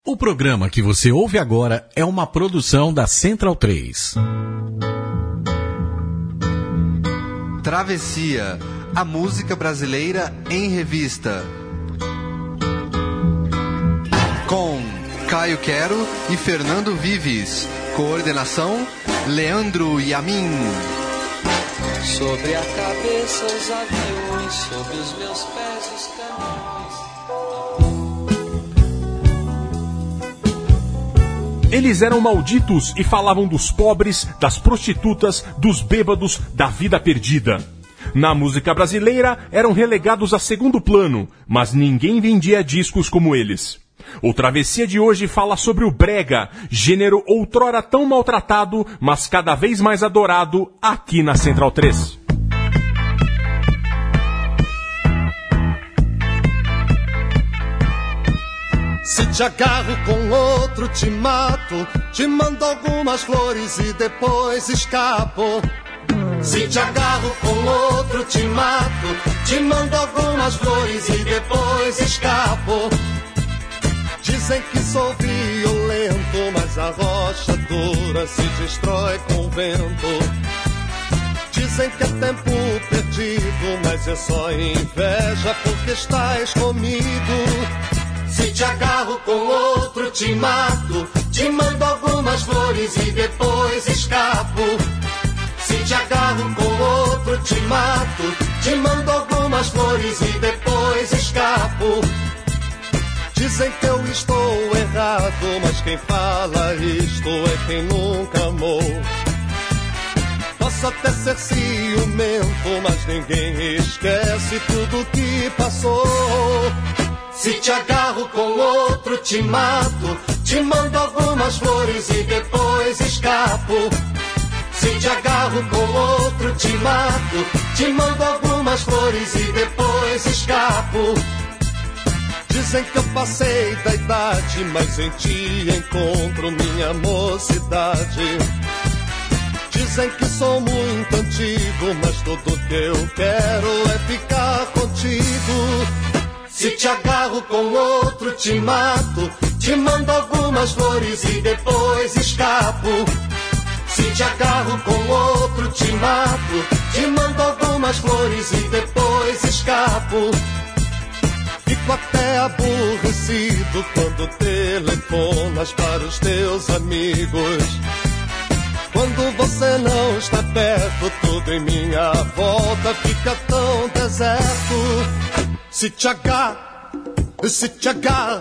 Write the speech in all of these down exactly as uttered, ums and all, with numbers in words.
O programa que você ouve agora é uma produção da Central três. Travessia, a música brasileira em revista. Com Caio Quero e Fernando Vives. Coordenação, Leandro Yamin. Sobre a cabeça os aviões, sobre os meus pés os caminhões. Eles eram malditos e falavam dos pobres, das prostitutas, dos bêbados, da vida perdida. Na música brasileira, eram relegados a segundo plano, mas ninguém vendia discos como eles. O Travessia de hoje fala sobre o brega, gênero outrora tão maltratado, mas cada vez mais adorado aqui na Central três. Se te agarro com outro te mato, te mando algumas flores e depois escapo. Se te agarro com outro te mato, te mando algumas flores e depois escapo. Dizem que sou violento, mas a rocha dura se destrói com o vento. Dizem que é tempo perdido, mas é só inveja porque estás comigo. Se te agarro com outro te mato, te mando algumas flores e depois escapo. Se te agarro com outro te mato, te mando algumas flores e depois escapo. Dizem que eu estou errado, mas quem fala isto é quem nunca amou. Posso até ser ciumento, mas ninguém esquece tudo que passou. Se te agarro com outro te mato, te mando algumas flores e depois escapo. Se te agarro com outro te mato, te mando algumas flores e depois escapo. Dizem que eu passei da idade, mas em ti encontro minha mocidade. Dizem que sou muito antigo, mas tudo que eu quero é ficar contigo. Se te agarro com outro te mato, te mando algumas flores e depois escapo. Se te agarro com outro te mato, te mando algumas flores e depois escapo. Fico até aborrecido quando telefonas para os teus amigos. Quando você não está perto, tudo em minha volta fica tão deserto. Se te agarro, se te agarro,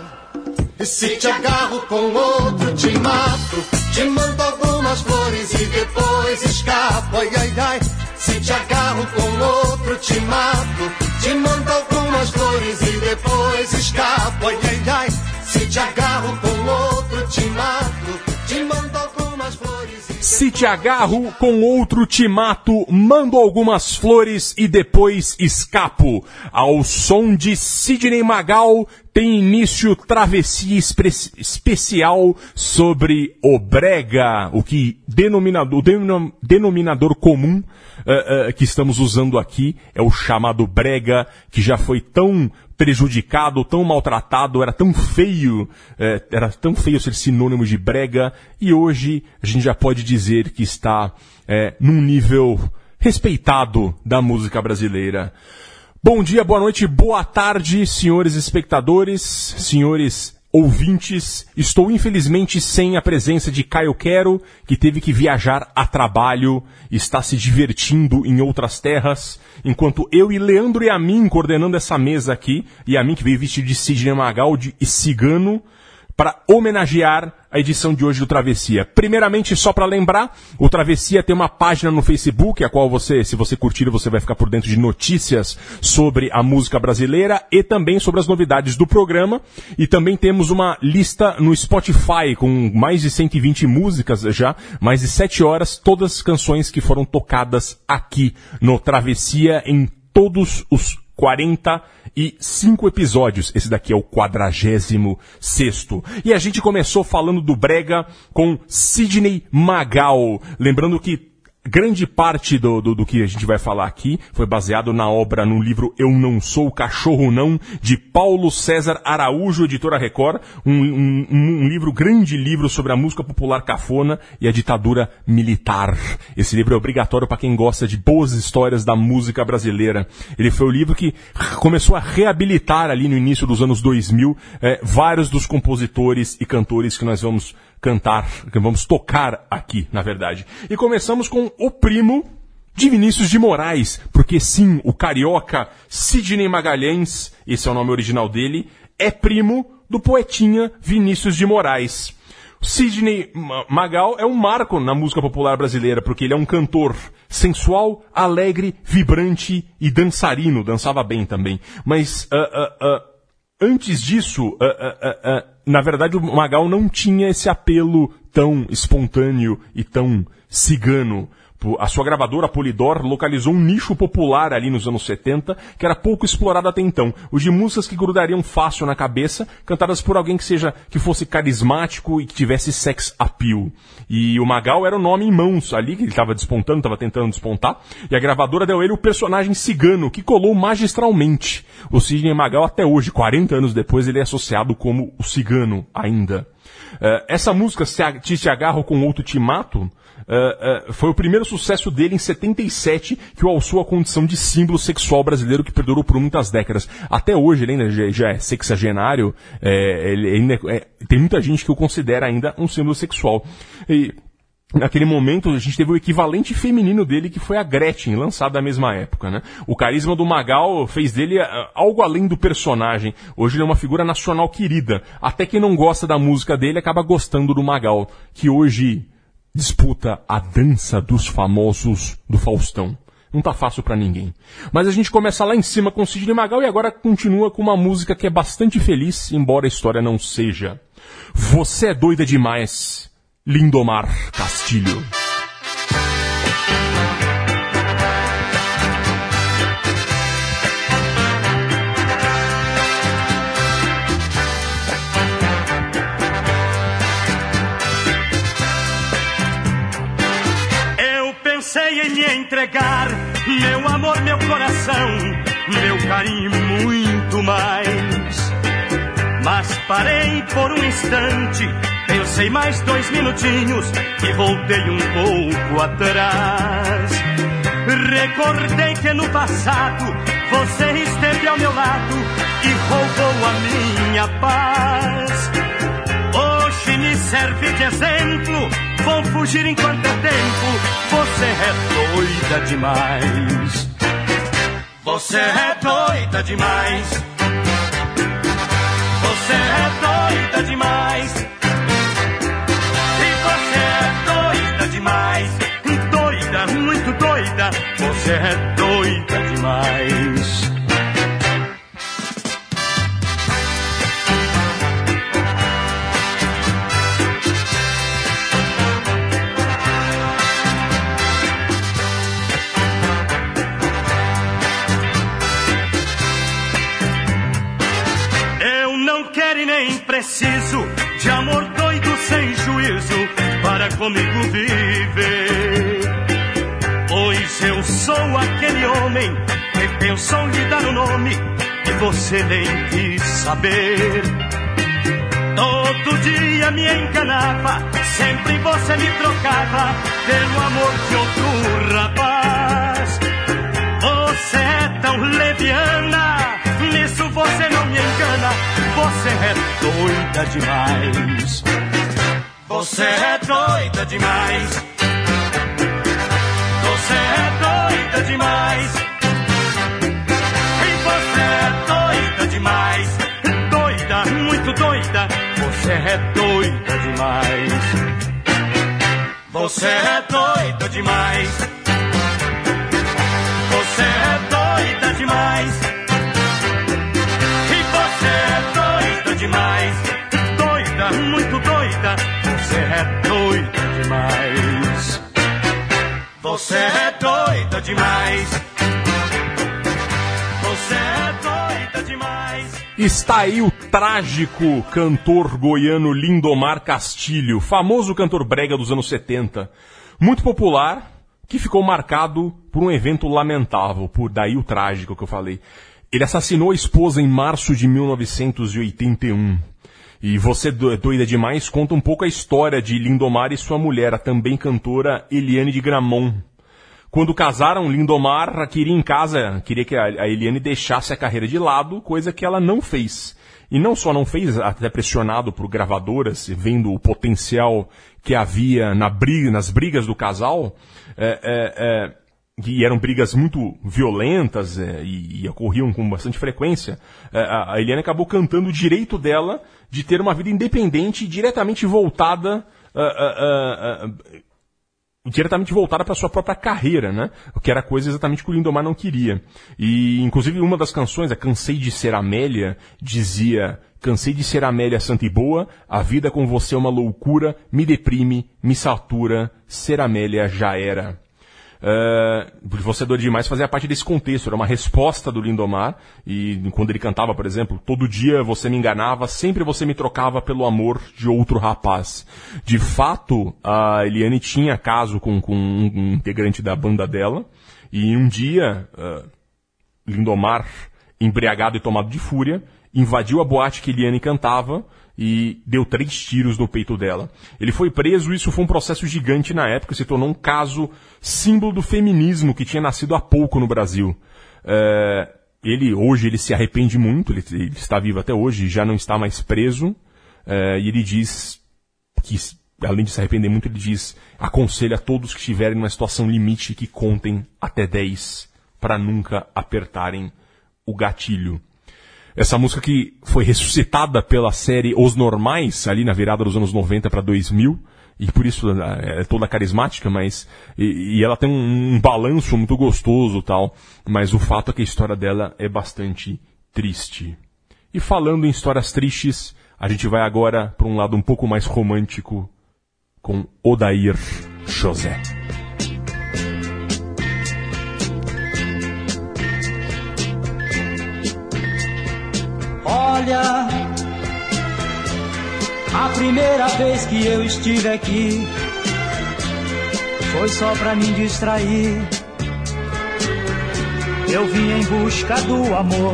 se te agarro com outro te mato, te mando algumas flores e depois escapo. Ai, ai, ai. Se te agarro com outro te mato, te mando algumas flores e depois escapo. Ai, ai, ai. Se te agarro com outro te mato, te mando algumas flores e Se te agarro com outro te mato, mando algumas flores e depois escapo. Ao som de Sidney Magal tem início Travessia espe- especial sobre o brega, o que denominador, o denom- denominador comum uh, uh, que estamos usando aqui é o chamado brega, que já foi tão prejudicado, tão maltratado, era tão feio, eh, era tão feio ser sinônimo de brega, e hoje a gente já pode dizer que está eh, num nível respeitado da música brasileira. Bom dia, boa noite, boa tarde, senhores espectadores, senhores ouvintes. Estou infelizmente sem a presença de Caio Quero, que teve que viajar a trabalho, está se divertindo em outras terras, enquanto eu e Leandro Yamin coordenando essa mesa aqui, Yamin que veio vestido de Sidney Magal de, e cigano, para homenagear a edição de hoje do Travessia. Primeiramente, só para lembrar, o Travessia tem uma página no Facebook, a qual você, se você curtir, você vai ficar por dentro de notícias sobre a música brasileira e também sobre as novidades do programa. E também temos uma lista no Spotify com mais de cento e vinte músicas já, mais de sete horas, todas as canções que foram tocadas aqui no Travessia em todos os quarenta e cinco episódios. Esse daqui é o quadragésimo sexto. E a gente começou falando do brega com Sidney Magal. Lembrando que grande parte do, do, do que a gente vai falar aqui foi baseado na obra, no livro Eu Não Sou Cachorro Não, de Paulo César Araújo, editora Record, um, um, um livro, grande livro sobre a música popular cafona e a ditadura militar. Esse livro é obrigatório para quem gosta de boas histórias da música brasileira. Ele foi o livro que começou a reabilitar ali no início dos anos dois mil é, vários dos compositores e cantores que nós vamos cantar, que vamos tocar aqui, na verdade. E começamos com o primo de Vinícius de Moraes, porque sim, o carioca Sidney Magalhães, esse é o nome original dele, é primo do poetinha Vinícius de Moraes. Sidney Magal é um marco na música popular brasileira, porque ele é um cantor sensual, alegre, vibrante e dançarino, dançava bem também. Mas uh, uh, uh, antes disso, uh, uh, uh, uh, na verdade o Magal não tinha esse apelo tão espontâneo e tão cigano. A sua gravadora Polydor localizou um nicho popular ali nos anos setenta, que era pouco explorado até então. O de músicas que grudariam fácil na cabeça, cantadas por alguém que seja, que fosse carismático e que tivesse sex appeal. E o Magal era o nome em mãos ali, que ele estava despontando, estava tentando despontar, e a gravadora deu a ele o personagem cigano, que colou magistralmente. O Sidney Magal até hoje, quarenta anos depois, ele é associado como o cigano ainda. Uh, essa música, Se Te Agarro Com Outro Te Mato, Uh, uh, foi o primeiro sucesso dele em setenta e sete, que o alçou a condição de símbolo sexual brasileiro que perdurou por muitas décadas. Até hoje ele ainda já, já é sexagenário, é, ele ainda é, tem muita gente que o considera ainda um símbolo sexual. E naquele momento a gente teve o equivalente feminino dele, que foi a Gretchen, lançada na mesma época, né? O carisma do Magal fez dele uh, algo além do personagem. Hoje ele é uma figura nacional querida. Até quem não gosta da música dele acaba gostando do Magal, que hoje disputa a dança dos famosos do Faustão. Não tá fácil pra ninguém. Mas a gente começa lá em cima com Sidney Magal e agora continua com uma música que é bastante feliz, embora a história não seja. Você é doida demais, Lindomar Castilho. Pensei em me entregar, meu amor, meu coração, meu carinho muito mais. Mas parei por um instante, pensei mais dois minutinhos e voltei um pouco atrás. Recordei que no passado você esteve ao meu lado e roubou a minha paz. Hoje me serve de exemplo, vou fugir enquanto é tempo. Você é doida demais. Você é doida demais. Você é doida demais. E você é doida demais. Doida, muito doida. Você é doida demais. Preciso de amor doido sem juízo para comigo viver. Pois eu sou aquele homem que pensou lhe dar um nome e você nem quis saber. Todo dia me enganava, sempre você me trocava pelo amor de outro rapaz. Você é tão leviana, nisso você não me engana. Você é doida demais. Você é doida demais. Você é doida demais. E você é doida demais. Doida, muito doida. Você é doida demais. Você é doida demais. Você é doida demais. Demais, doida, muito doida. Você é doida demais. Você é doida demais. Você é doida demais. Está aí o trágico cantor goiano Lindomar Castilho, famoso cantor brega dos anos setenta, muito popular, que ficou marcado por um evento lamentável, por daí o trágico que eu falei. Ele assassinou a esposa em março de mil novecentos e oitenta e um. E Você Doida Demais conta um pouco a história de Lindomar e sua mulher, a também cantora Eliane de Gramont. Quando casaram, Lindomar queria em casa, queria que a Eliane deixasse a carreira de lado, coisa que ela não fez. E não só não fez, até pressionado por gravadoras, vendo o potencial que havia na briga, nas brigas do casal, é, é, é, e eram brigas muito violentas é, e, e ocorriam com bastante frequência, é, a Eliane acabou cantando o direito dela de ter uma vida independente e diretamente voltada... Uh, uh, uh, uh, diretamente voltada para sua própria carreira, né? O que era coisa exatamente que o Lindomar não queria. E, inclusive, uma das canções, a Cansei de Ser Amélia, dizia: cansei de ser Amélia santa e boa, a vida com você é uma loucura, me deprime, me satura, ser Amélia já era. Uh, Você Doida Demais fazia parte desse contexto, era uma resposta do Lindomar, e quando ele cantava, por exemplo, todo dia você me enganava, sempre você me trocava pelo amor de outro rapaz. De fato, a Eliane tinha caso com, com um integrante da banda dela, e um dia, uh, Lindomar, embriagado e tomado de fúria, invadiu a boate que Eliane cantava e deu três tiros no peito dela. Ele foi preso, isso foi um processo gigante na época, se tornou um caso símbolo do feminismo que tinha nascido há pouco no Brasil. É, ele, hoje, ele se arrepende muito, ele, ele está vivo até hoje, já não está mais preso, é, e ele diz que, além de se arrepender muito, ele diz, aconselha a todos que estiverem numa situação limite que contem até dez, para nunca apertarem o gatilho. Essa música que foi ressuscitada pela série Os Normais, ali na virada dos anos noventa para dois mil, e por isso é toda carismática, mas e, e ela tem um, um balanço muito gostoso e tal, mas o fato é que a história dela é bastante triste. E falando em histórias tristes, a gente vai agora para um lado um pouco mais romântico com Odair José. Olha, a primeira vez que eu estive aqui foi só pra me distrair. Eu vim em busca do amor.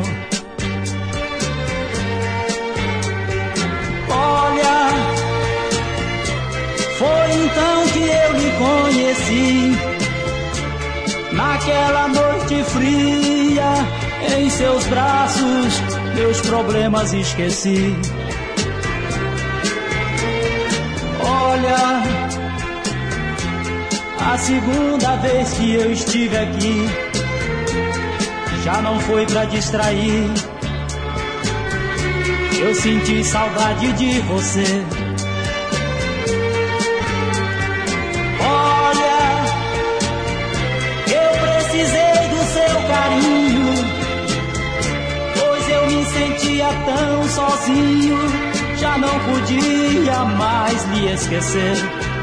Olha, foi então que eu lhe conheci, naquela noite fria, em seus braços meus problemas esqueci. Olha, a segunda vez que eu estive aqui já não foi pra distrair. Eu senti saudade de você. Olha, eu precisei do seu carinho, pois eu me sentia tão sozinho, já não podia mais lhe esquecer.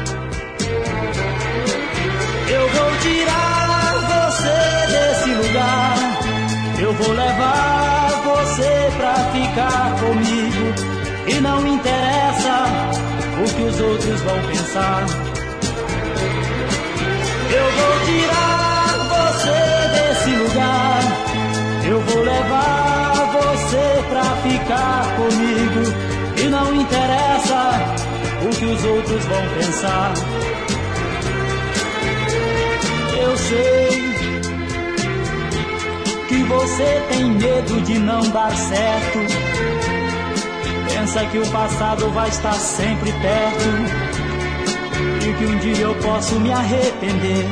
Eu vou tirar você desse lugar, eu vou levar você pra ficar comigo, e não interessa o que os outros vão pensar. Eu vou tirar você desse lugar, eu vou levar você pra ficar comigo, e não interessa o que os outros vão pensar. Eu sei que você tem medo de não dar certo, pensa que o passado vai estar sempre perto, e que um dia eu posso me arrepender.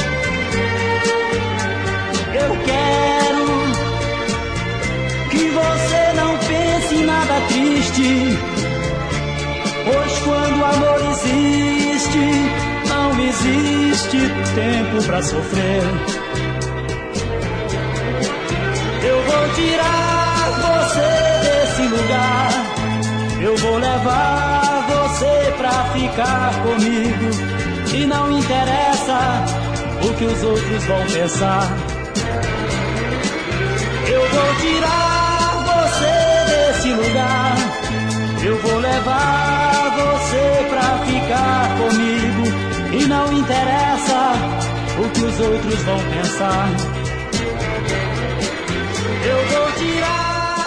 Eu quero que você não pense em nada triste, pois quando o amor existe, não existe tempo pra sofrer. Eu vou tirar você desse lugar, eu vou levar você pra ficar comigo, e não interessa o que os outros vão pensar. Eu vou tirar você desse lugar, eu vou levar você pra ficar comigo, e não interessa o que os outros vão pensar. Eu vou tirar você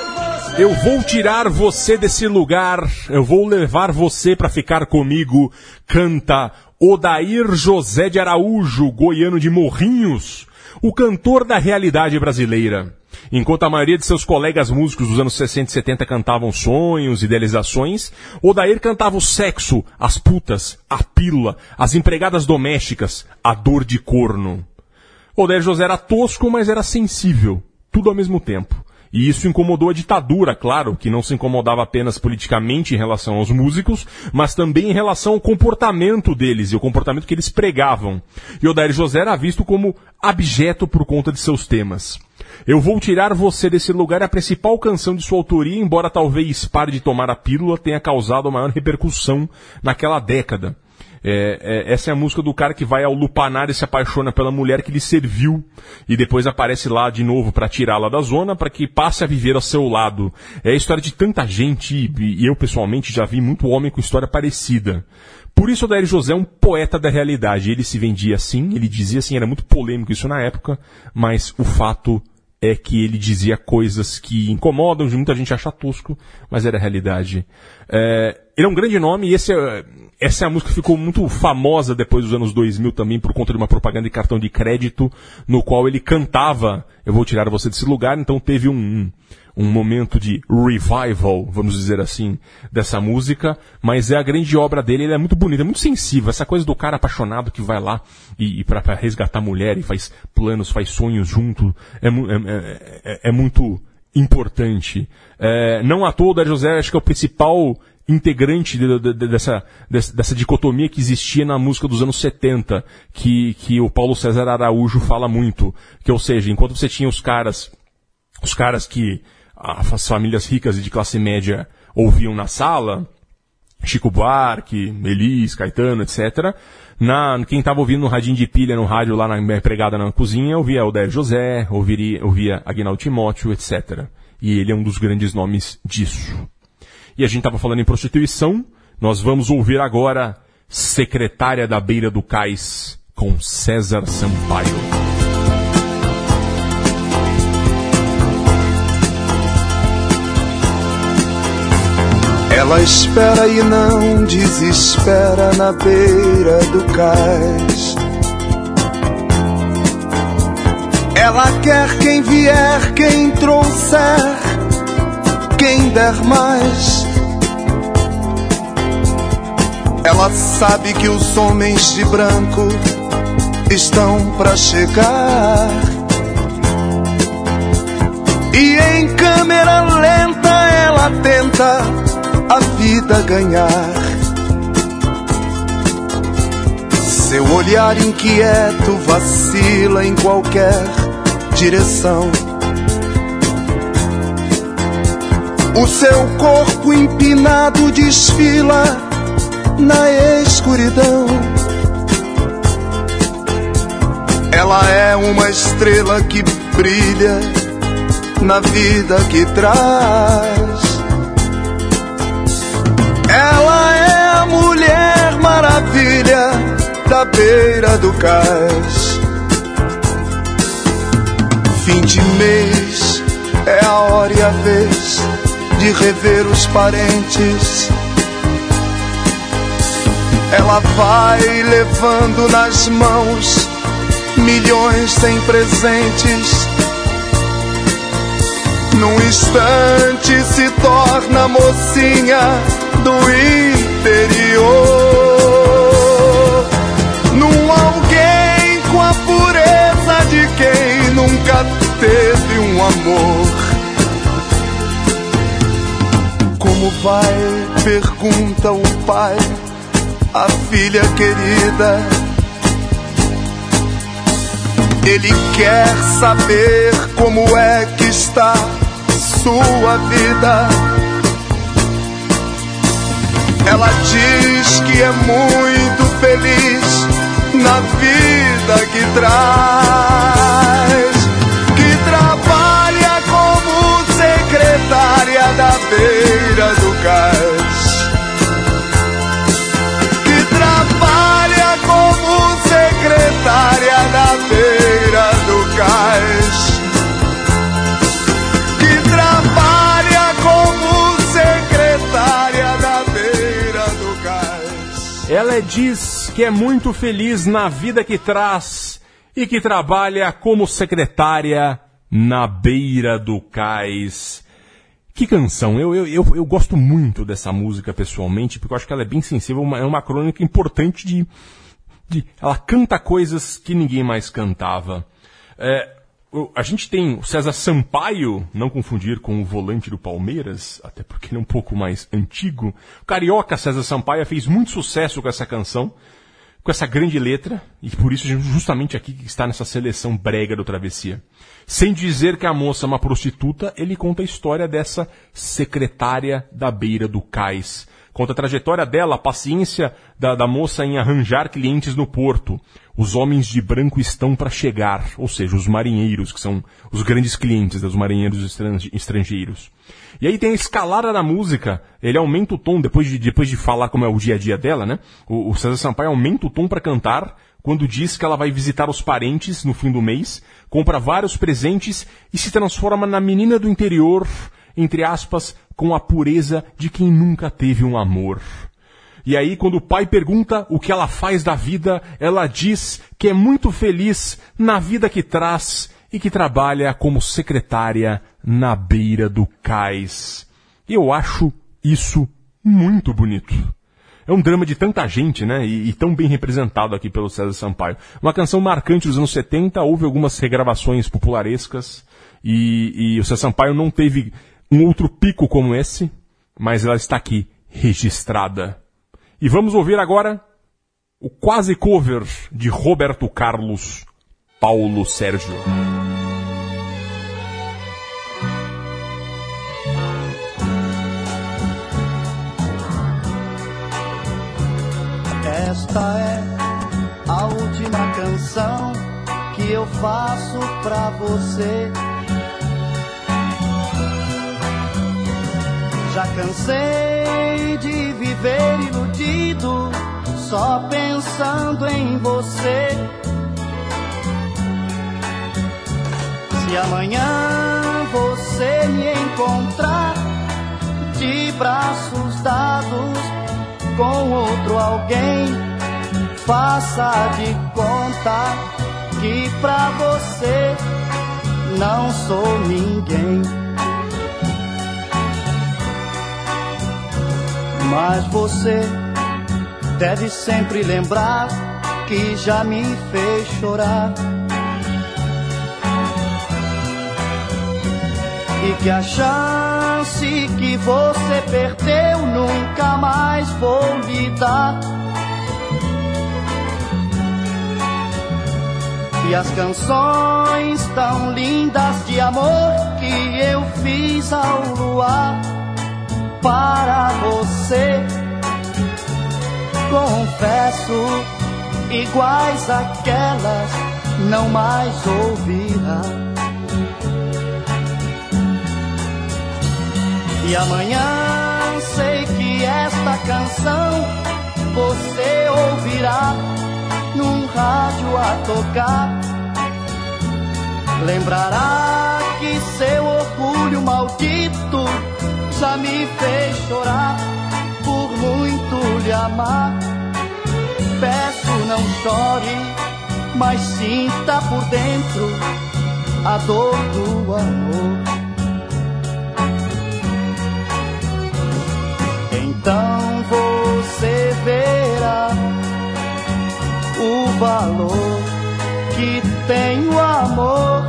Eu vou tirar você desse lugar, eu vou levar você pra ficar comigo, canta Odair José de Araújo, goiano de Morrinhos, o cantor da realidade brasileira. Enquanto a maioria de seus colegas músicos dos anos sessenta e setenta cantavam sonhos, idealizações, Odair cantava o sexo, as putas, a pílula, as empregadas domésticas, a dor de corno. Odair José era tosco, mas era sensível, tudo ao mesmo tempo. E isso incomodou a ditadura, claro, que não se incomodava apenas politicamente em relação aos músicos, mas também em relação ao comportamento deles e o comportamento que eles pregavam. E Odair José era visto como abjeto por conta de seus temas. Eu Vou Tirar Você Desse Lugar é a principal canção de sua autoria, embora talvez Pare de Tomar a Pílula tenha causado a maior repercussão naquela década. É, é, essa é a música do cara que vai ao lupanar e se apaixona pela mulher que lhe serviu e depois aparece lá de novo para tirá-la da zona para que passe a viver ao seu lado. É a história de tanta gente e eu pessoalmente já vi muito homem com história parecida. Por isso Odair José é um poeta da realidade. Ele se vendia assim, ele dizia assim, era muito polêmico isso na época, mas o fato é que ele dizia coisas que incomodam, muita gente acha tosco, mas era a realidade. É, ele é um grande nome e esse é, essa é a música que ficou muito famosa depois dos anos dois mil também por conta de uma propaganda de cartão de crédito no qual ele cantava Eu Vou Tirar Você Desse Lugar, então teve um, um, um momento de revival, vamos dizer assim, dessa música, mas é a grande obra dele, ele é muito bonito, é muito sensível, essa coisa do cara apaixonado que vai lá e, e pra, pra resgatar a mulher e faz planos, faz sonhos junto, é, é, é, é muito importante. É, não à toa, o Odair José acho que é o principal integrante de, de, de, dessa, dessa, dessa dicotomia que existia na música dos anos setenta, que, que o Paulo César Araújo fala muito, que ou seja, enquanto você tinha os caras, os caras que as famílias ricas e de classe média ouviam na sala, Chico Buarque, Elis, Caetano, etcétera, na, quem estava ouvindo no radinho de pilha, no rádio lá na empregada na cozinha, ouvia Odair José, ouviria, ouvia Aguinaldo Timóteo, etcétera. E ele é um dos grandes nomes disso. E a gente estava falando em prostituição, nós vamos ouvir agora Secretária da Beira do Cais, com César Sampaio. Ela espera e não desespera na beira do cais. Ela quer quem vier, quem trouxer, quem der mais. Ela sabe que os homens de branco estão pra chegar. E em câmera lenta ela tenta a vida ganhar. Seu olhar inquieto vacila em qualquer direção. O seu corpo empinado desfila na escuridão. Ela é uma estrela que brilha na vida que traz. Ela é a Mulher Maravilha da beira do cais. Fim de mês é a hora e a vez de rever os parentes. Ela vai levando nas mãos milhões em presentes. Num instante se torna mocinha do interior, num alguém com a pureza de quem nunca teve um amor. Como vai? Pergunta o pai à filha querida. Ele quer saber como é que está sua vida. Ela diz que é muito feliz na vida que traz, que trabalha como secretária da beira do cais, que trabalha como secretária da beira do cais, que trabalha como Ela diz que é muito feliz na vida que traz e que trabalha como secretária na beira do cais. Que canção! Eu, eu, eu, eu gosto muito dessa música pessoalmente, porque eu acho que ela é bem sensível, uma, é uma crônica importante de, de... Ela canta coisas que ninguém mais cantava. É, a gente tem o César Sampaio, não confundir com o volante do Palmeiras, até porque ele é um pouco mais antigo. O carioca César Sampaio fez muito sucesso com essa canção, com essa grande letra, e por isso justamente aqui que está nessa seleção brega do Travessia. Sem dizer que a moça é uma prostituta, ele conta a história dessa secretária da beira do cais. Conta a trajetória dela, a paciência da, da moça em arranjar clientes no porto. Os homens de branco estão para chegar, ou seja, os marinheiros, que são os grandes clientes dos marinheiros estrangeiros. E aí tem a escalada da música, ele aumenta o tom, depois de, depois de falar como é o dia a dia dela, né? O, o César Sampaio aumenta o tom para cantar, quando diz que ela vai visitar os parentes no fim do mês, compra vários presentes e se transforma na menina do interior, entre aspas, com a pureza de quem nunca teve um amor. E aí, quando o pai pergunta o que ela faz da vida, ela diz que é muito feliz na vida que traz e que trabalha como secretária na beira do cais. Eu acho isso muito bonito. É um drama de tanta gente, né? E, e tão bem representado aqui pelo César Sampaio. Uma canção marcante dos anos setenta, houve algumas regravações popularescas e, e o César Sampaio não teve um outro pico como esse, mas ela está aqui registrada. E vamos ouvir agora o quase cover de Roberto Carlos, Paulo Sérgio. Esta é a última canção que eu faço pra você. Já cansei de viver iludido, só pensando em você. Se amanhã você me encontrar de braços dados com outro alguém, faça de conta que pra você não sou ninguém. Mas você deve sempre lembrar que já me fez chorar e que a chance que você perdeu nunca mais vou lhe dar. E as canções tão lindas de amor que eu fiz ao luar para você, confesso, iguais àquelas não mais ouvirá. E amanhã sei que esta canção você ouvirá num rádio a tocar. Lembrará que seu orgulho maldito já me fez chorar por muito lhe amar. Peço, não chore, mas sinta por dentro a dor do amor. Então você verá o valor que tem o amor,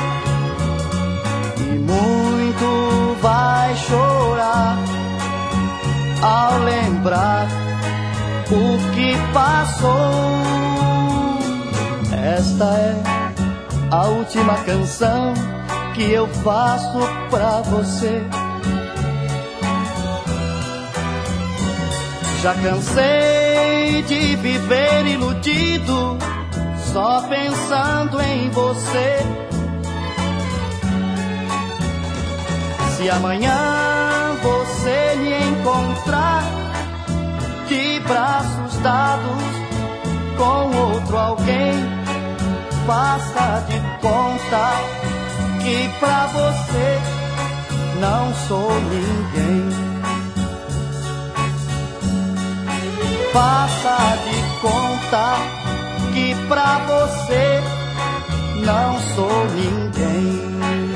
e muito vai chorar ao lembrar o que passou. Esta é a última canção que eu faço pra você. Já cansei de viver iludido, só pensando em você. Se amanhã você me encontrar de braços dados com outro alguém, faça de conta que pra você não sou ninguém. faça de conta que pra você não sou ninguém.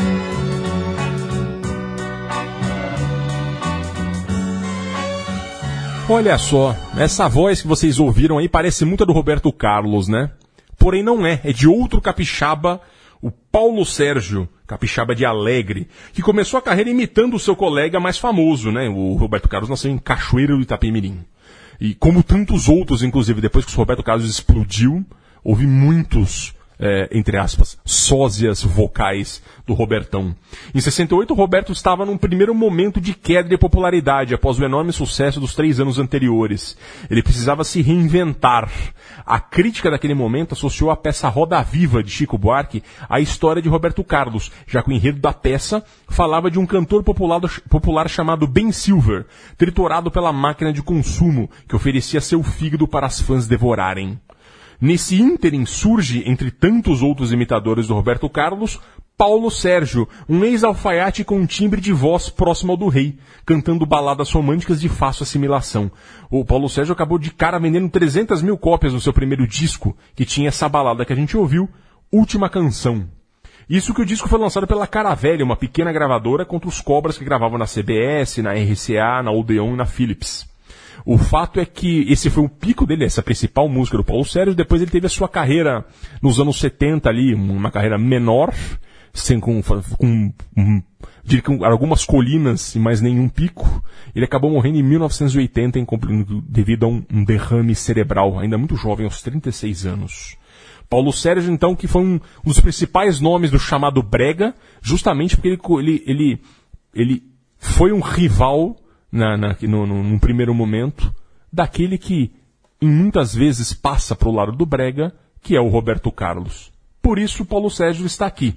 Olha só, essa voz que vocês ouviram aí parece muito a do Roberto Carlos, né? Porém não é, é de outro capixaba, o Paulo Sérgio, capixaba de Alegre, que começou a carreira imitando o seu colega mais famoso, né? O Roberto Carlos nasceu em Cachoeiro do Itapemirim. E como tantos outros, inclusive, depois que o Roberto Carlos explodiu, houve muitos, é, entre aspas, sósias vocais do Robertão. Em sessenta e oito, o Roberto estava num primeiro momento de queda de popularidade após o enorme sucesso dos três anos anteriores. Ele precisava se reinventar. A crítica daquele momento associou a peça Roda Viva, de Chico Buarque, à história de Roberto Carlos, já que o enredo da peça falava de um cantor popular, popular chamado Ben Silver, triturado pela máquina de consumo, que oferecia seu fígado para as fãs devorarem. Nesse ínterim surge, entre tantos outros imitadores do Roberto Carlos, Paulo Sérgio, um ex-alfaiate com um timbre de voz próximo ao do rei, cantando baladas românticas de fácil assimilação. O Paulo Sérgio acabou de cara vendendo trezentas mil cópias no seu primeiro disco, que tinha essa balada que a gente ouviu, Última Canção. Isso que o disco foi lançado pela Caravelha, uma pequena gravadora contra os cobras que gravavam na C B S, na R C A, na Odeon e na Philips. O fato é que esse foi o pico dele, essa principal música do Paulo Sérgio. Depois ele teve a sua carreira nos anos setenta ali, uma carreira menor, sem, com, com, um, com algumas colinas e mais nenhum pico. Ele acabou morrendo em mil novecentos e oitenta em, devido a um, um derrame cerebral, ainda muito jovem, aos trinta e seis anos. Paulo Sérgio, então, que foi um, um dos principais nomes do chamado Brega, justamente porque ele, ele, ele, ele foi um rival Na, na, no, no, num primeiro momento, daquele que em muitas vezes passa para o lado do Brega, que é o Roberto Carlos. Por isso Paulo Sérgio está aqui.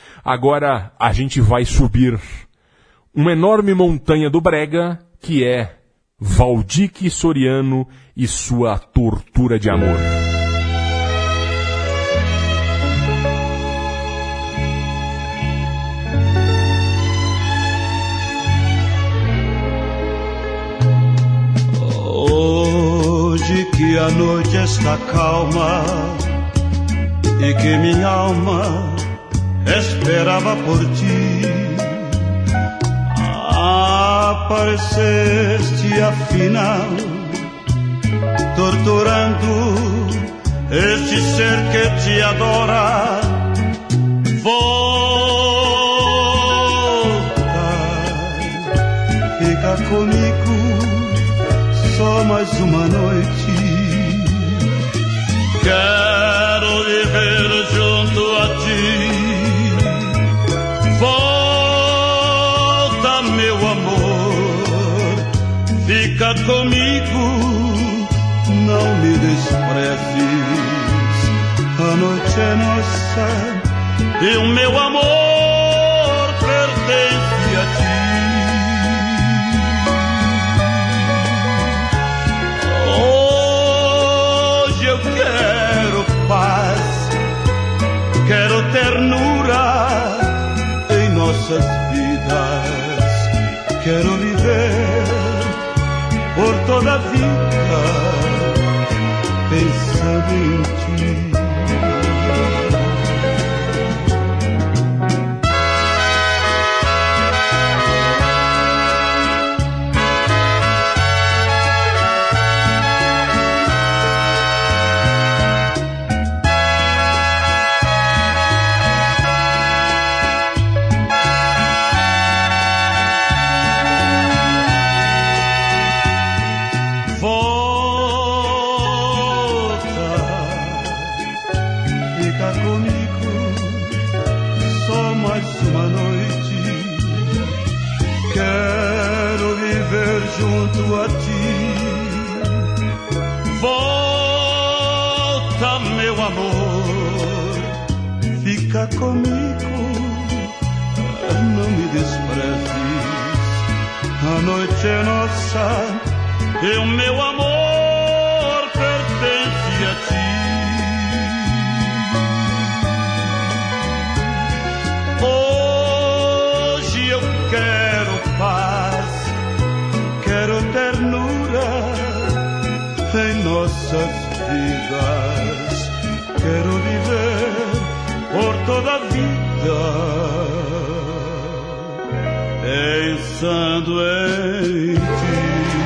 Agora a gente vai subir uma enorme montanha do Brega, que é Valdir Soriano e sua tortura de amor. Hoje que a noite está calma e que minha alma esperava por ti, apareceste afinal, torturando este ser que te adora. Volta, fica comigo só mais uma noite. Quero viver junto a ti. Volta, meu amor, fica comigo, não me desprezes. A noite é nossa e o meu amor pertence a ti. Quero ternura em nossas vidas. Quero viver por toda a vida pensando em ti. Fica comigo, não me desprezes. A noite é nossa e o meu amor pertence a ti. Hoje eu quero paz, quero ternura em nossas vidas. Quero viver por toda a vida, pensando em ti.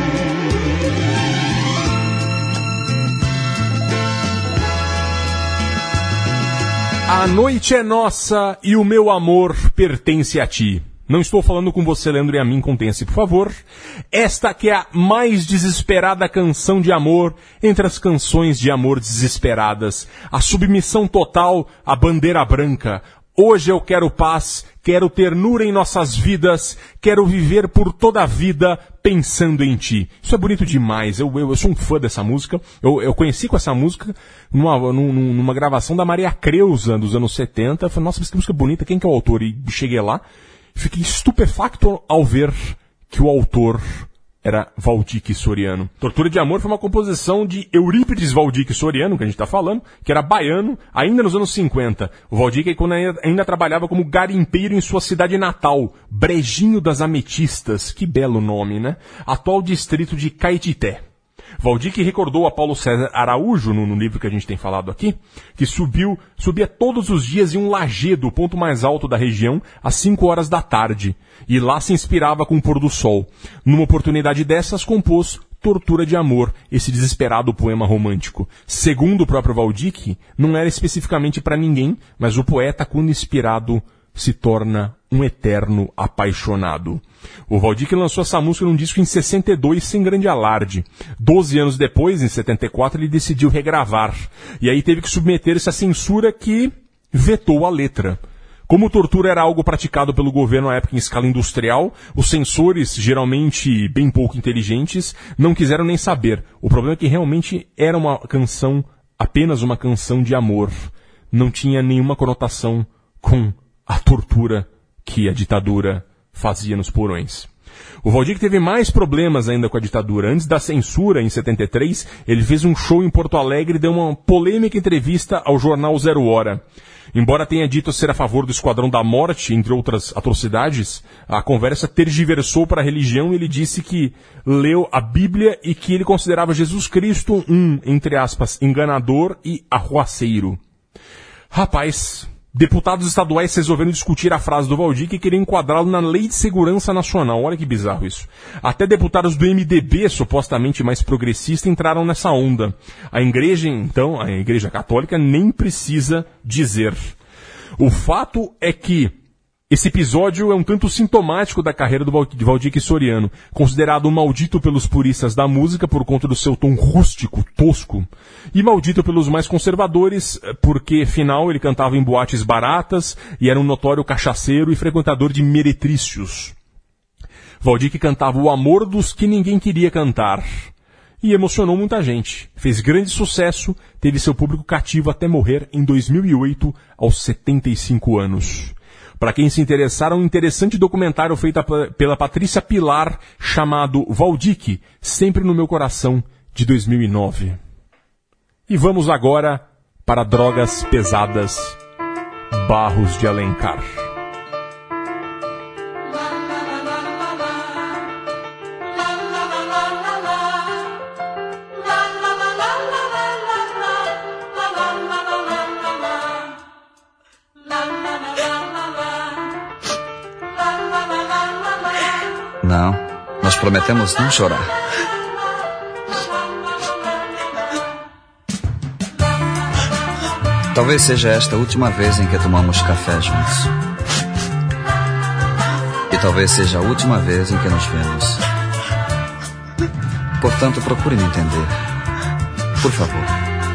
A noite é nossa e o meu amor pertence a ti. Não estou falando com você, Leandro, e a mim, contenha-se, por favor. Esta que é a mais desesperada canção de amor entre as canções de amor desesperadas. A submissão total à bandeira branca. Hoje eu quero paz, quero ternura em nossas vidas, quero viver por toda a vida pensando em ti. Isso é bonito demais, eu, eu, eu sou um fã dessa música, eu, eu conheci com essa música numa, numa, numa gravação da Maria Creuza dos anos setenta, eu falei, nossa, mas que música bonita, quem que é o autor? E cheguei lá, fiquei estupefacto ao ver que o autor era Valdir Soriano. Tortura de Amor foi uma composição de Eurípides Valdir Soriano, que a gente está falando, que era baiano, ainda nos anos cinquenta. O Valdir quando ainda, ainda trabalhava como garimpeiro em sua cidade natal, Brejinho das Ametistas, que belo nome, né? Atual distrito de Caetité. Valdir recordou a Paulo César Araújo, no, no livro que a gente tem falado aqui, que subiu, subia todos os dias em um lajedo, o ponto mais alto da região, às cinco horas da tarde, e lá se inspirava com o pôr do sol. Numa oportunidade dessas, compôs Tortura de Amor, esse desesperado poema romântico. Segundo o próprio Valdir, não era especificamente para ninguém, mas o poeta, quando inspirado, se torna um eterno apaixonado. O Valdir lançou essa música num disco em sessenta e dois, sem grande alarde. Doze anos depois, em setenta e quatro, ele decidiu regravar. E aí teve que submeter-se à censura que vetou a letra. Como tortura era algo praticado pelo governo à época em escala industrial, os censores, geralmente bem pouco inteligentes, não quiseram nem saber. O problema é que realmente era uma canção, apenas uma canção de amor. Não tinha nenhuma conotação com a tortura que a ditadura fazia nos porões. O Valdir teve mais problemas ainda com a ditadura. Antes da censura, em setenta e três, ele fez um show em Porto Alegre e deu uma polêmica entrevista ao jornal Zero Hora. Embora tenha dito ser a favor do Esquadrão da Morte, entre outras atrocidades, a conversa tergiversou para a religião e ele disse que leu a Bíblia e que ele considerava Jesus Cristo um, entre aspas, enganador e arruaceiro. Rapaz, deputados estaduais resolveram discutir a frase do Valdir que queriam enquadrá-lo na Lei de Segurança Nacional. Olha que bizarro isso. Até deputados do M D B, supostamente mais progressista, entraram nessa onda. A igreja, então, a Igreja Católica, nem precisa dizer. O fato é que esse episódio é um tanto sintomático da carreira do Valdir Soriano, considerado maldito pelos puristas da música por conta do seu tom rústico, tosco, e maldito pelos mais conservadores porque, afinal, ele cantava em boates baratas e era um notório cachaceiro e frequentador de meretrícios. Valdir cantava o amor dos que ninguém queria cantar e emocionou muita gente. Fez grande sucesso, teve seu público cativo até morrer em dois mil e oito, aos setenta e cinco anos. Para quem se interessar, um interessante documentário feito pela Patrícia Pilar, chamado Valdir, Sempre no Meu Coração, de dois mil e nove. E vamos agora para Drogas Pesadas, Barros de Alencar. Não, nós prometemos não chorar. Talvez seja esta a última vez em que tomamos café juntos. E talvez seja a última vez em que nos vemos. Portanto, procure me entender. Por favor.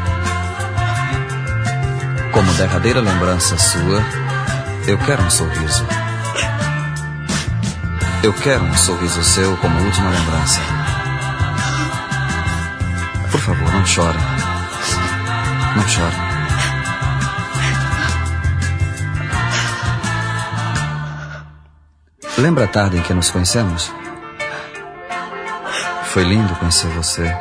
Como derradeira lembrança sua, eu quero um sorriso. Eu quero um sorriso seu como última lembrança. Por favor, não chore. Não chore. Lembra a tarde em que nos conhecemos? Foi lindo conhecer você.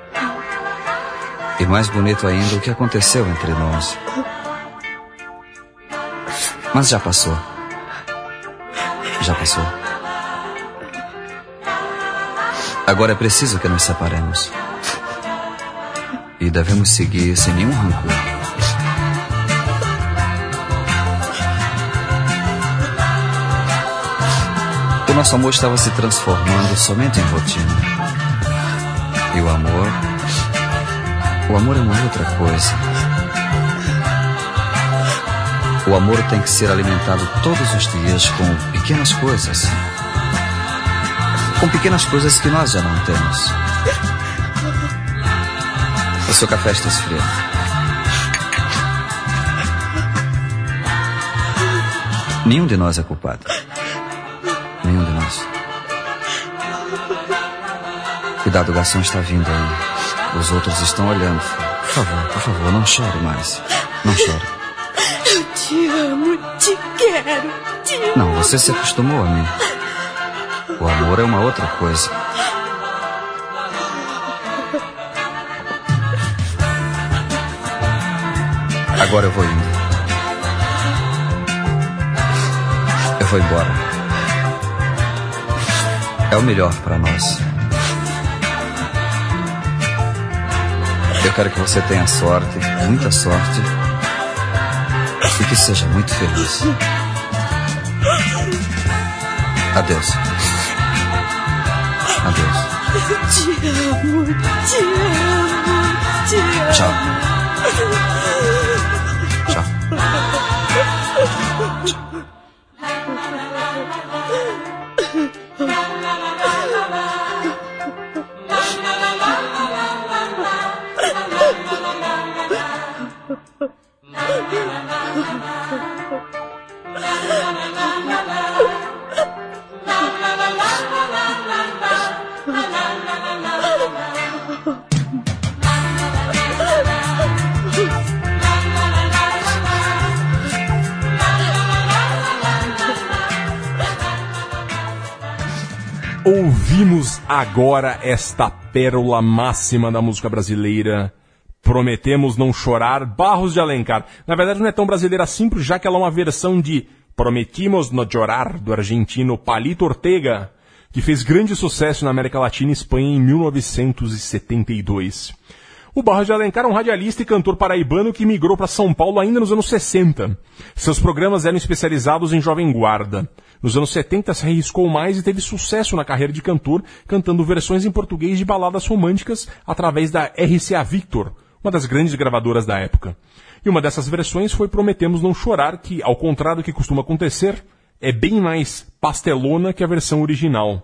E mais bonito ainda o que aconteceu entre nós. Mas já passou. Já passou. Agora é preciso que nos separemos. E devemos seguir sem nenhum rancor. O nosso amor estava se transformando somente em rotina. E o amor... O amor é uma outra coisa. O amor tem que ser alimentado todos os dias com pequenas coisas. Com pequenas coisas que nós já não temos. O seu café está esfriando. Nenhum de nós é culpado. Nenhum de nós. Cuidado, o garçom está vindo aí. Os outros estão olhando. Por favor, por favor, não chore mais. Não chore. Eu te amo, te quero, te amo. Não, você se acostumou a mim. O amor é uma outra coisa. Agora eu vou indo. Eu vou embora. É o melhor para nós. Eu quero que você tenha sorte, muita sorte, e que seja muito feliz. Adeus. Adeus. Te amo, te amo, te amo. Tchau. Tchau. Ouvimos agora esta pérola máxima da música brasileira. Prometemos não chorar, Barros de Alencar. Na verdade não é tão brasileira assim, já que ela é uma versão de Prometimos no Llorar, do argentino Palito Ortega, que fez grande sucesso na América Latina e Espanha em mil novecentos e setenta e dois. O Barros de Alencar é um radialista e cantor paraibano que migrou para São Paulo ainda nos anos sessenta. Seus programas eram especializados em Jovem Guarda. Nos anos setenta se arriscou mais e teve sucesso na carreira de cantor, cantando versões em português de baladas românticas através da R C A Victor, uma das grandes gravadoras da época. E uma dessas versões foi Prometemos Não Chorar, que, ao contrário do que costuma acontecer, é bem mais pastelona que a versão original.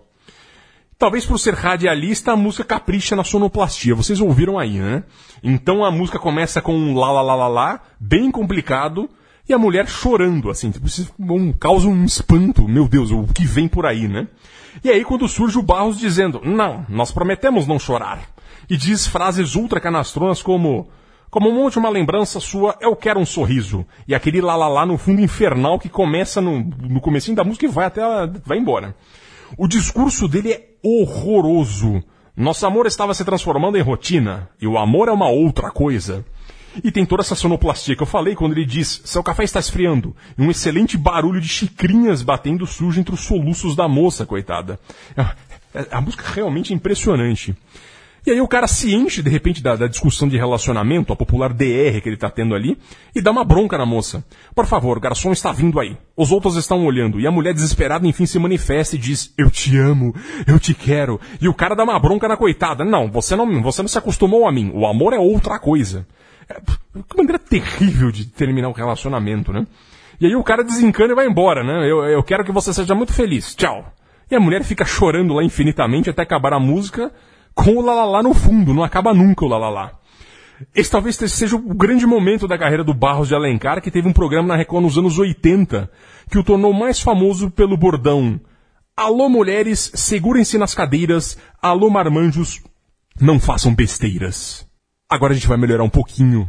Talvez por ser radialista, a música capricha na sonoplastia. Vocês ouviram aí, né? Então a música começa com um lá, lá, lá, lá, lá, bem complicado, e a mulher chorando, assim, tipo, um, causa um espanto. Meu Deus, o que vem por aí, né? E aí quando surge o Barros dizendo, não, nós prometemos não chorar. E diz frases ultra canastronas como, como uma última lembrança sua, eu quero um sorriso. E aquele lá, lá, lá no fundo infernal que começa no, no comecinho da música e vai até, vai embora. O discurso dele é horroroso. Nosso amor estava se transformando em rotina, e o amor é uma outra coisa. E tem toda essa sonoplastia que eu falei quando ele diz, seu café está esfriando, e um excelente barulho de xicrinhas batendo sujo entre os soluços da moça, coitada. A, a música realmente é impressionante. E aí o cara se enche, de repente, da, da discussão de relacionamento, a popular D R que ele tá tendo ali, e dá uma bronca na moça. Por favor, o garçom está vindo aí. Os outros estão olhando, e a mulher desesperada enfim se manifesta e diz, eu te amo, eu te quero. E o cara dá uma bronca na coitada. Não, você não, você não se acostumou a mim, o amor é outra coisa. É uma maneira terrível de terminar o relacionamento, né? E aí o cara desencana e vai embora, né? Eu, eu quero que você seja muito feliz, tchau. E a mulher fica chorando lá infinitamente até acabar a música, com o lalala no fundo, não acaba nunca o lalala. Esse talvez seja o grande momento da carreira do Barros de Alencar, que teve um programa na Record nos anos oitenta, que o tornou mais famoso pelo bordão alô mulheres, segurem-se nas cadeiras, alô marmanjos, não façam besteiras. Agora a gente vai melhorar um pouquinho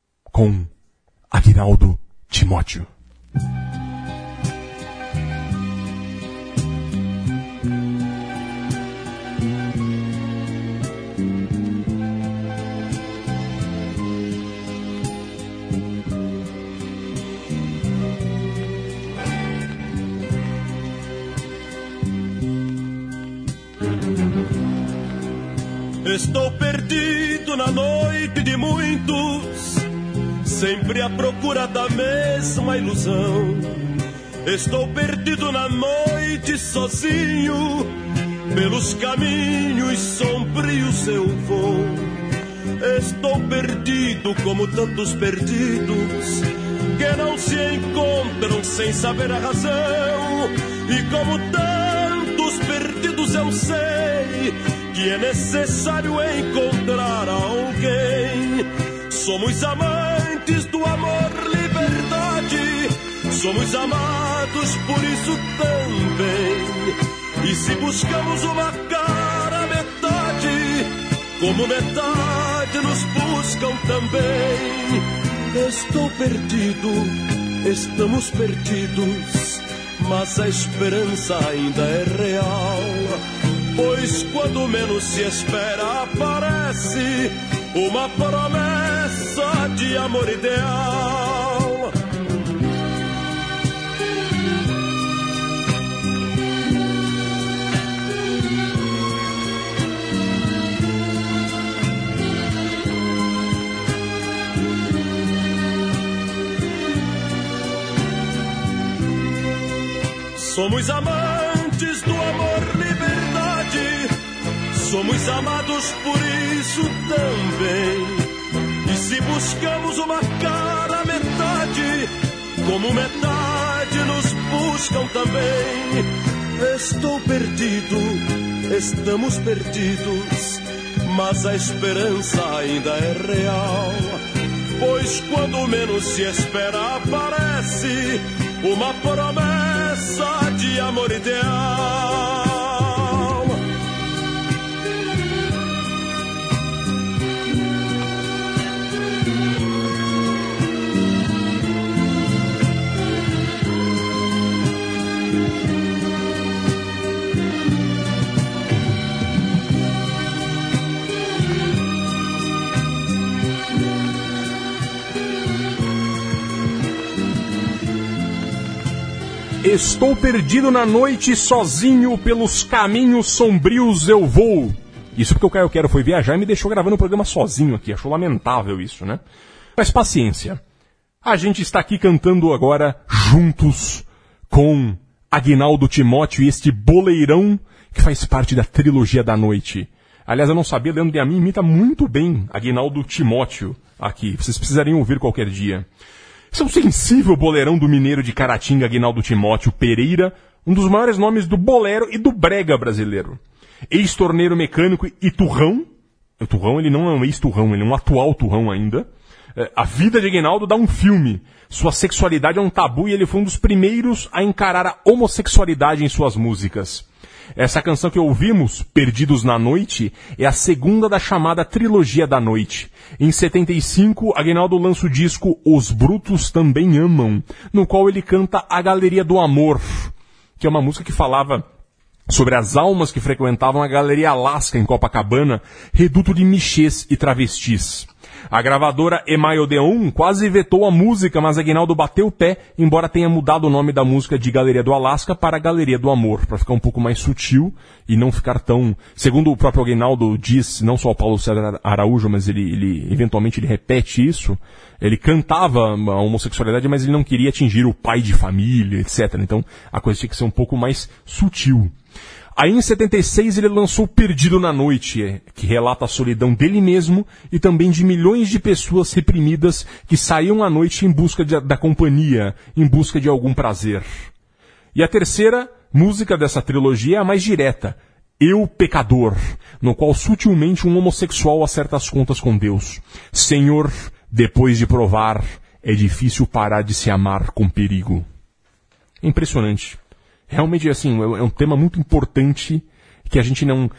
com Aguinaldo Timóteo. Estou perdido perdido na noite de muitos, sempre à procura da mesma ilusão. Estou perdido na noite sozinho, pelos caminhos sombrios eu vou. Estou perdido como tantos perdidos que não se encontram sem saber a razão. E como tantos perdidos eu sei que é necessário encontrar alguém. Somos amantes do amor, liberdade, somos amados por isso também. E se buscamos uma cara metade, como metade nos buscam também. Estou perdido, estamos perdidos, mas a esperança ainda é real. Pois quando menos se espera aparece uma promessa de amor ideal. Somos amantes do amor, liberdade, somos amados por isso também. E se buscamos uma cara metade, como metade nos buscam também. Estou perdido, estamos perdidos, mas a esperança ainda é real. Pois quando menos se espera aparece uma promessa de amor ideal. Estou perdido na noite, sozinho, pelos caminhos sombrios eu vou. Isso porque o Caio Quero foi viajar e me deixou gravando o programa sozinho aqui. Achou lamentável isso, né? Mas paciência. A gente está aqui cantando agora juntos com Aguinaldo Timóteo e este boleirão que faz parte da trilogia da noite. Aliás, eu não sabia, Leandro de Amin imita muito bem Aguinaldo Timóteo aqui. Vocês precisariam ouvir qualquer dia. Esse é o sensível boleirão do mineiro de Caratinga, Aguinaldo Timóteo Pereira, um dos maiores nomes do bolero e do brega brasileiro. Ex-torneiro mecânico e turrão. O turrão, ele não é um ex-turrão, ele é um atual turrão ainda. A vida de Aguinaldo dá um filme. Sua sexualidade é um tabu e ele foi um dos primeiros a encarar a homossexualidade em suas músicas. Essa canção que ouvimos, Perdidos na Noite, é a segunda da chamada Trilogia da Noite. Em setenta e cinco, Aguinaldo lança o disco Os Brutos Também Amam, no qual ele canta A Galeria do Amor, que é uma música que falava sobre as almas que frequentavam a Galeria Alaska em Copacabana, reduto de michês e travestis. A gravadora Email Odeon quase vetou a música, mas Aguinaldo bateu o pé, embora tenha mudado o nome da música de Galeria do Alasca para Galeria do Amor, para ficar um pouco mais sutil e não ficar tão... Segundo o próprio Aguinaldo diz, não só o Paulo César Araújo, mas ele, ele eventualmente ele repete isso, ele cantava a homossexualidade, mas ele não queria atingir o pai de família, etcétera. Então a coisa tinha que ser um pouco mais sutil. Aí em setenta e seis ele lançou Perdido na Noite, que relata a solidão dele mesmo e também de milhões de pessoas reprimidas que saíam à noite em busca de, da companhia, em busca de algum prazer. E a terceira música dessa trilogia é a mais direta, Eu, Pecador, no qual sutilmente um homossexual acerta as contas com Deus. Senhor, depois de provar, é difícil parar de se amar com perigo. Impressionante. Realmente, assim, é um tema muito importante que a gente não...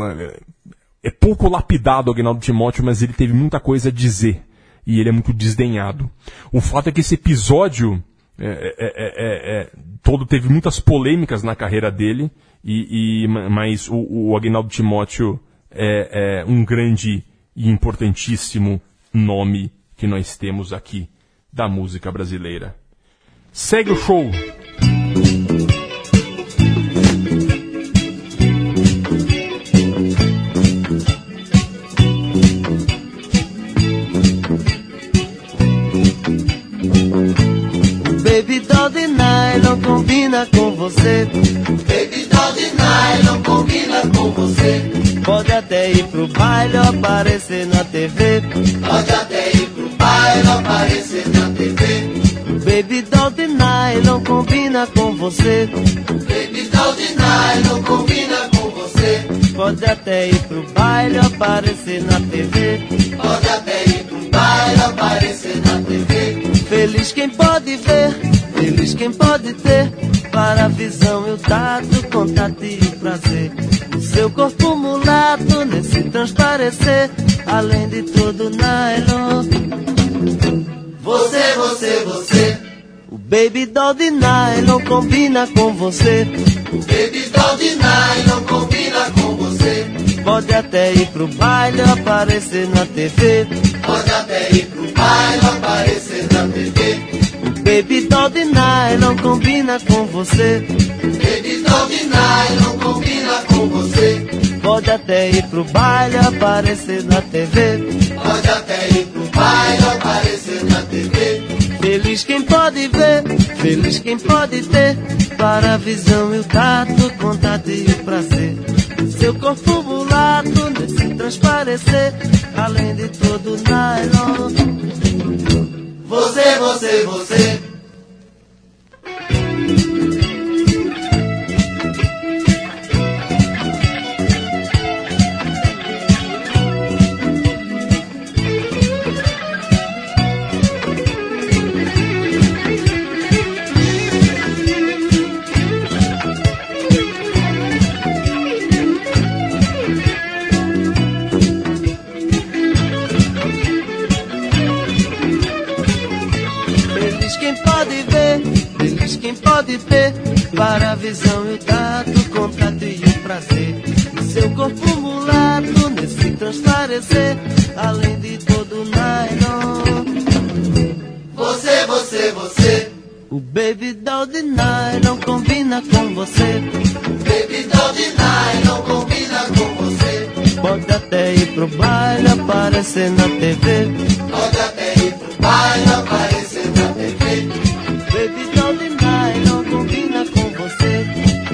É pouco lapidado o Aguinaldo Timóteo, mas ele teve muita coisa a dizer. E ele é muito desdenhado. O fato é que esse episódio é, é, é, é, todo teve muitas polêmicas na carreira dele, e, e, mas o, o Aguinaldo Timóteo é, é um grande e importantíssimo nome que nós temos aqui da música brasileira. Segue o show! combina com você. Baby doll de nylon combina com você. Pode até ir pro baile ou aparecer na T V. Pode até ir pro baile ou aparecer na T V. Baby doll de nylon combina com você. Baby doll de nylon combina com você. Pode até ir pro baile ou aparecer na T V. Pode até ir pro baile ou aparecer na T V. Feliz quem pode ver, feliz quem pode ter. Para a visão e o tato, contato e o prazer. O seu corpo mulato nesse transparecer. Além de tudo nylon. Você, você, você. O baby doll de nylon combina com você. O baby doll de nylon combina com você. Pode até ir pro baile ou aparecer na T V. Pode até ir pro baile ou aparecer na T V. O baby doll de nylon combina com você. O baby doll de nylon combina com você. Pode até ir pro baile ou aparecer na T V. Pode até ir pro baile ou aparecer na T V. Feliz quem pode ver, feliz quem pode ter. Para a visão e o tato, contato e o prazer. Seu corpo mulato nesse transparecer. Além de todo nylon. Você, você, você. Quem pode ter para a visão e o tato, contato e o prazer. Seu corpo mulato nesse transparecer. Além de todo nylon. Você, você, você. O baby doll de nylon combina com você. O baby doll de nylon combina com você. Pode até ir pro baile, aparecer na T V. Pode até ir pro baile, aparecer na T V. Baby doll de nylon combina com você.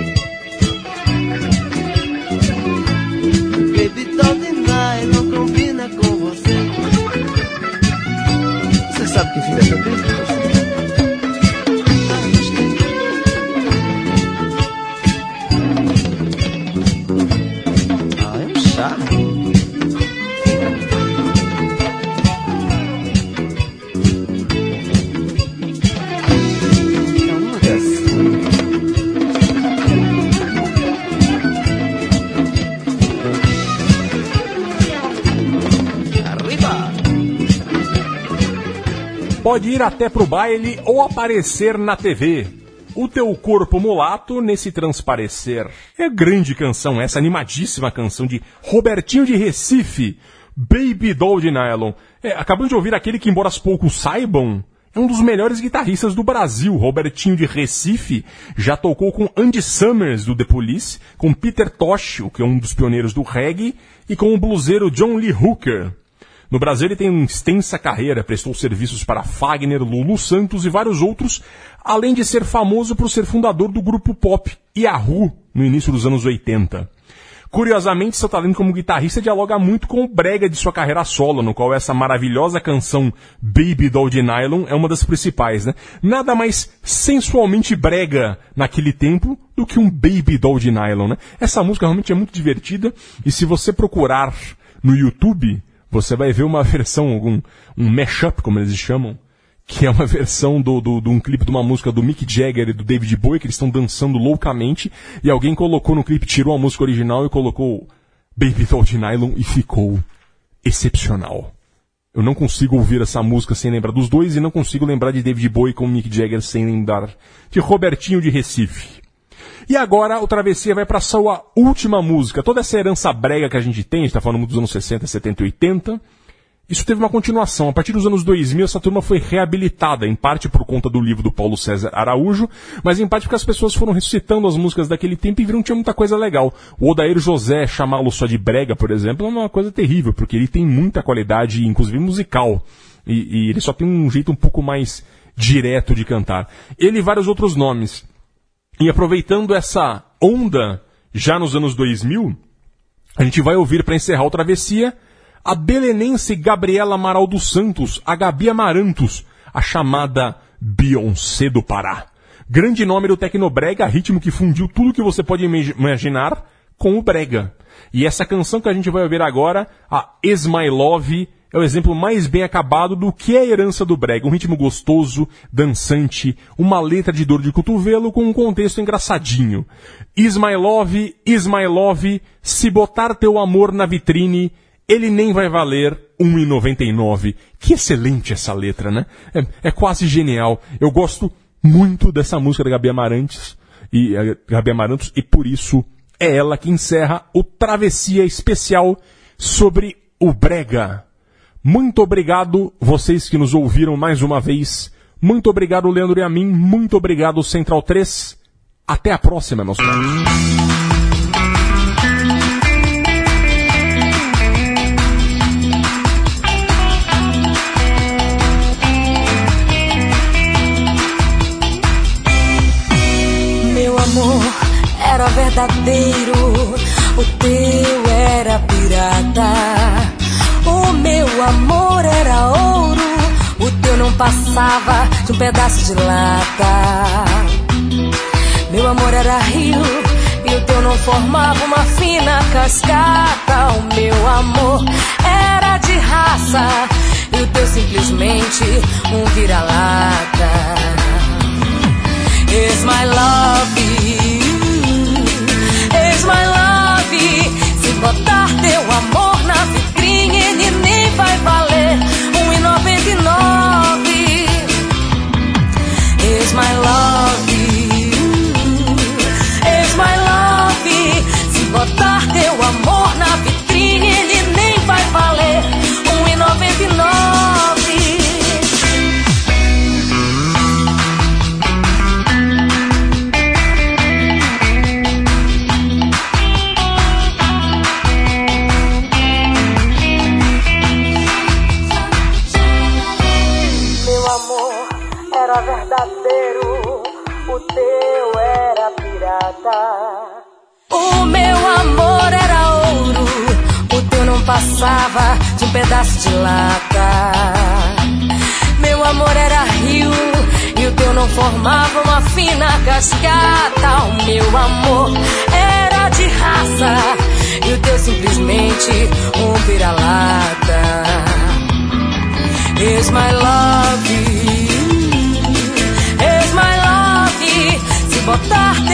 Baby doll de nylon combina com você. Você sabe que fica sabendo? Ah, é um charme. Pode ir até pro baile ou aparecer na T V. O teu corpo mulato nesse transparecer. É grande canção essa, animadíssima canção de Robertinho de Recife, Baby Doll de Nylon. É, acabamos de ouvir aquele que, embora poucos saibam, é um dos melhores guitarristas do Brasil. Robertinho de Recife já tocou com Andy Summers do The Police, com Peter Tosh, que é um dos pioneiros do reggae, e com o bluseiro John Lee Hooker. No Brasil ele tem uma extensa carreira, prestou serviços para Fagner, Lulu Santos e vários outros, além de ser famoso por ser fundador do grupo pop Yahoo no início dos anos oitenta. Curiosamente, seu talento como guitarrista dialoga muito com o brega de sua carreira solo, no qual essa maravilhosa canção Baby Doll de Nylon é uma das principais, né? Nada mais sensualmente brega naquele tempo do que um Baby Doll de Nylon, né? Essa música realmente é muito divertida, e se você procurar no YouTube, você vai ver uma versão, um, um mashup, como eles chamam, que é uma versão do, do, de um clipe de uma música do Mick Jagger e do David Bowie, que eles estão dançando loucamente, e alguém colocou no clipe, tirou a música original e colocou Baby Doll de Nylon e ficou excepcional. Eu não consigo ouvir essa música sem lembrar dos dois, e não consigo lembrar de David Bowie com Mick Jagger sem lembrar de Robertinho de Recife. E agora o Travessia vai para a sua última música. Toda essa herança brega que a gente tem, a gente está falando dos anos sessenta, setenta e oitenta, isso teve uma continuação. A partir dos anos dois mil, essa turma foi reabilitada, em parte por conta do livro do Paulo César Araújo, mas em parte porque as pessoas foram ressuscitando as músicas daquele tempo e viram que tinha muita coisa legal. O Odair José, chamá-lo só de brega, por exemplo, é uma coisa terrível, porque ele tem muita qualidade, inclusive musical, e, e ele só tem um jeito um pouco mais direto de cantar. Ele e vários outros nomes. E aproveitando essa onda, já nos anos dois mil, a gente vai ouvir, para encerrar o Travessia, a belenense Gabriela Amaral dos Santos, a Gabi Amarantos, a chamada Beyoncé do Pará. Grande nome do Tecnobrega, ritmo que fundiu tudo que você pode imaginar com o brega. E essa canção que a gente vai ouvir agora, a Is My Love, é o exemplo mais bem acabado do que é a herança do brega. Um ritmo gostoso, dançante, uma letra de dor de cotovelo com um contexto engraçadinho. Is My Love, Is My Love, se botar teu amor na vitrine, ele nem vai valer um real e noventa e nove centavos. Que excelente essa letra, né? É, é quase genial. Eu gosto muito dessa música da Gabi Amarantos, e, a Gabi Amarantos, e por isso é ela que encerra o Travessia especial sobre o brega. Muito obrigado, vocês que nos ouviram mais uma vez. Muito obrigado, Leandro e a mim. Muito obrigado, Central três. Até a próxima, meus caros. Meu amor era verdadeiro, o teu era pirata. O meu amor era ouro, o teu não passava de um pedaço de lata. Meu amor era rio, e o teu não formava uma fina cascata. O meu amor era de raça, e o teu simplesmente um vira-lata. Is my love, is my love. Se botar teu amor na vitrine, ele nem vai valer um real e noventa e nove. Is my love, is my love. Se botar teu amor na vitrine, ele nem vai valer um real e noventa e nove. Era verdadeiro, o teu era pirata. O meu amor era ouro, o teu não passava de um pedaço de lata. Meu amor era rio, e o teu não formava uma fina cascata. O meu amor era de raça, e o teu simplesmente um vira-lata. Is my love, is my love. Se botar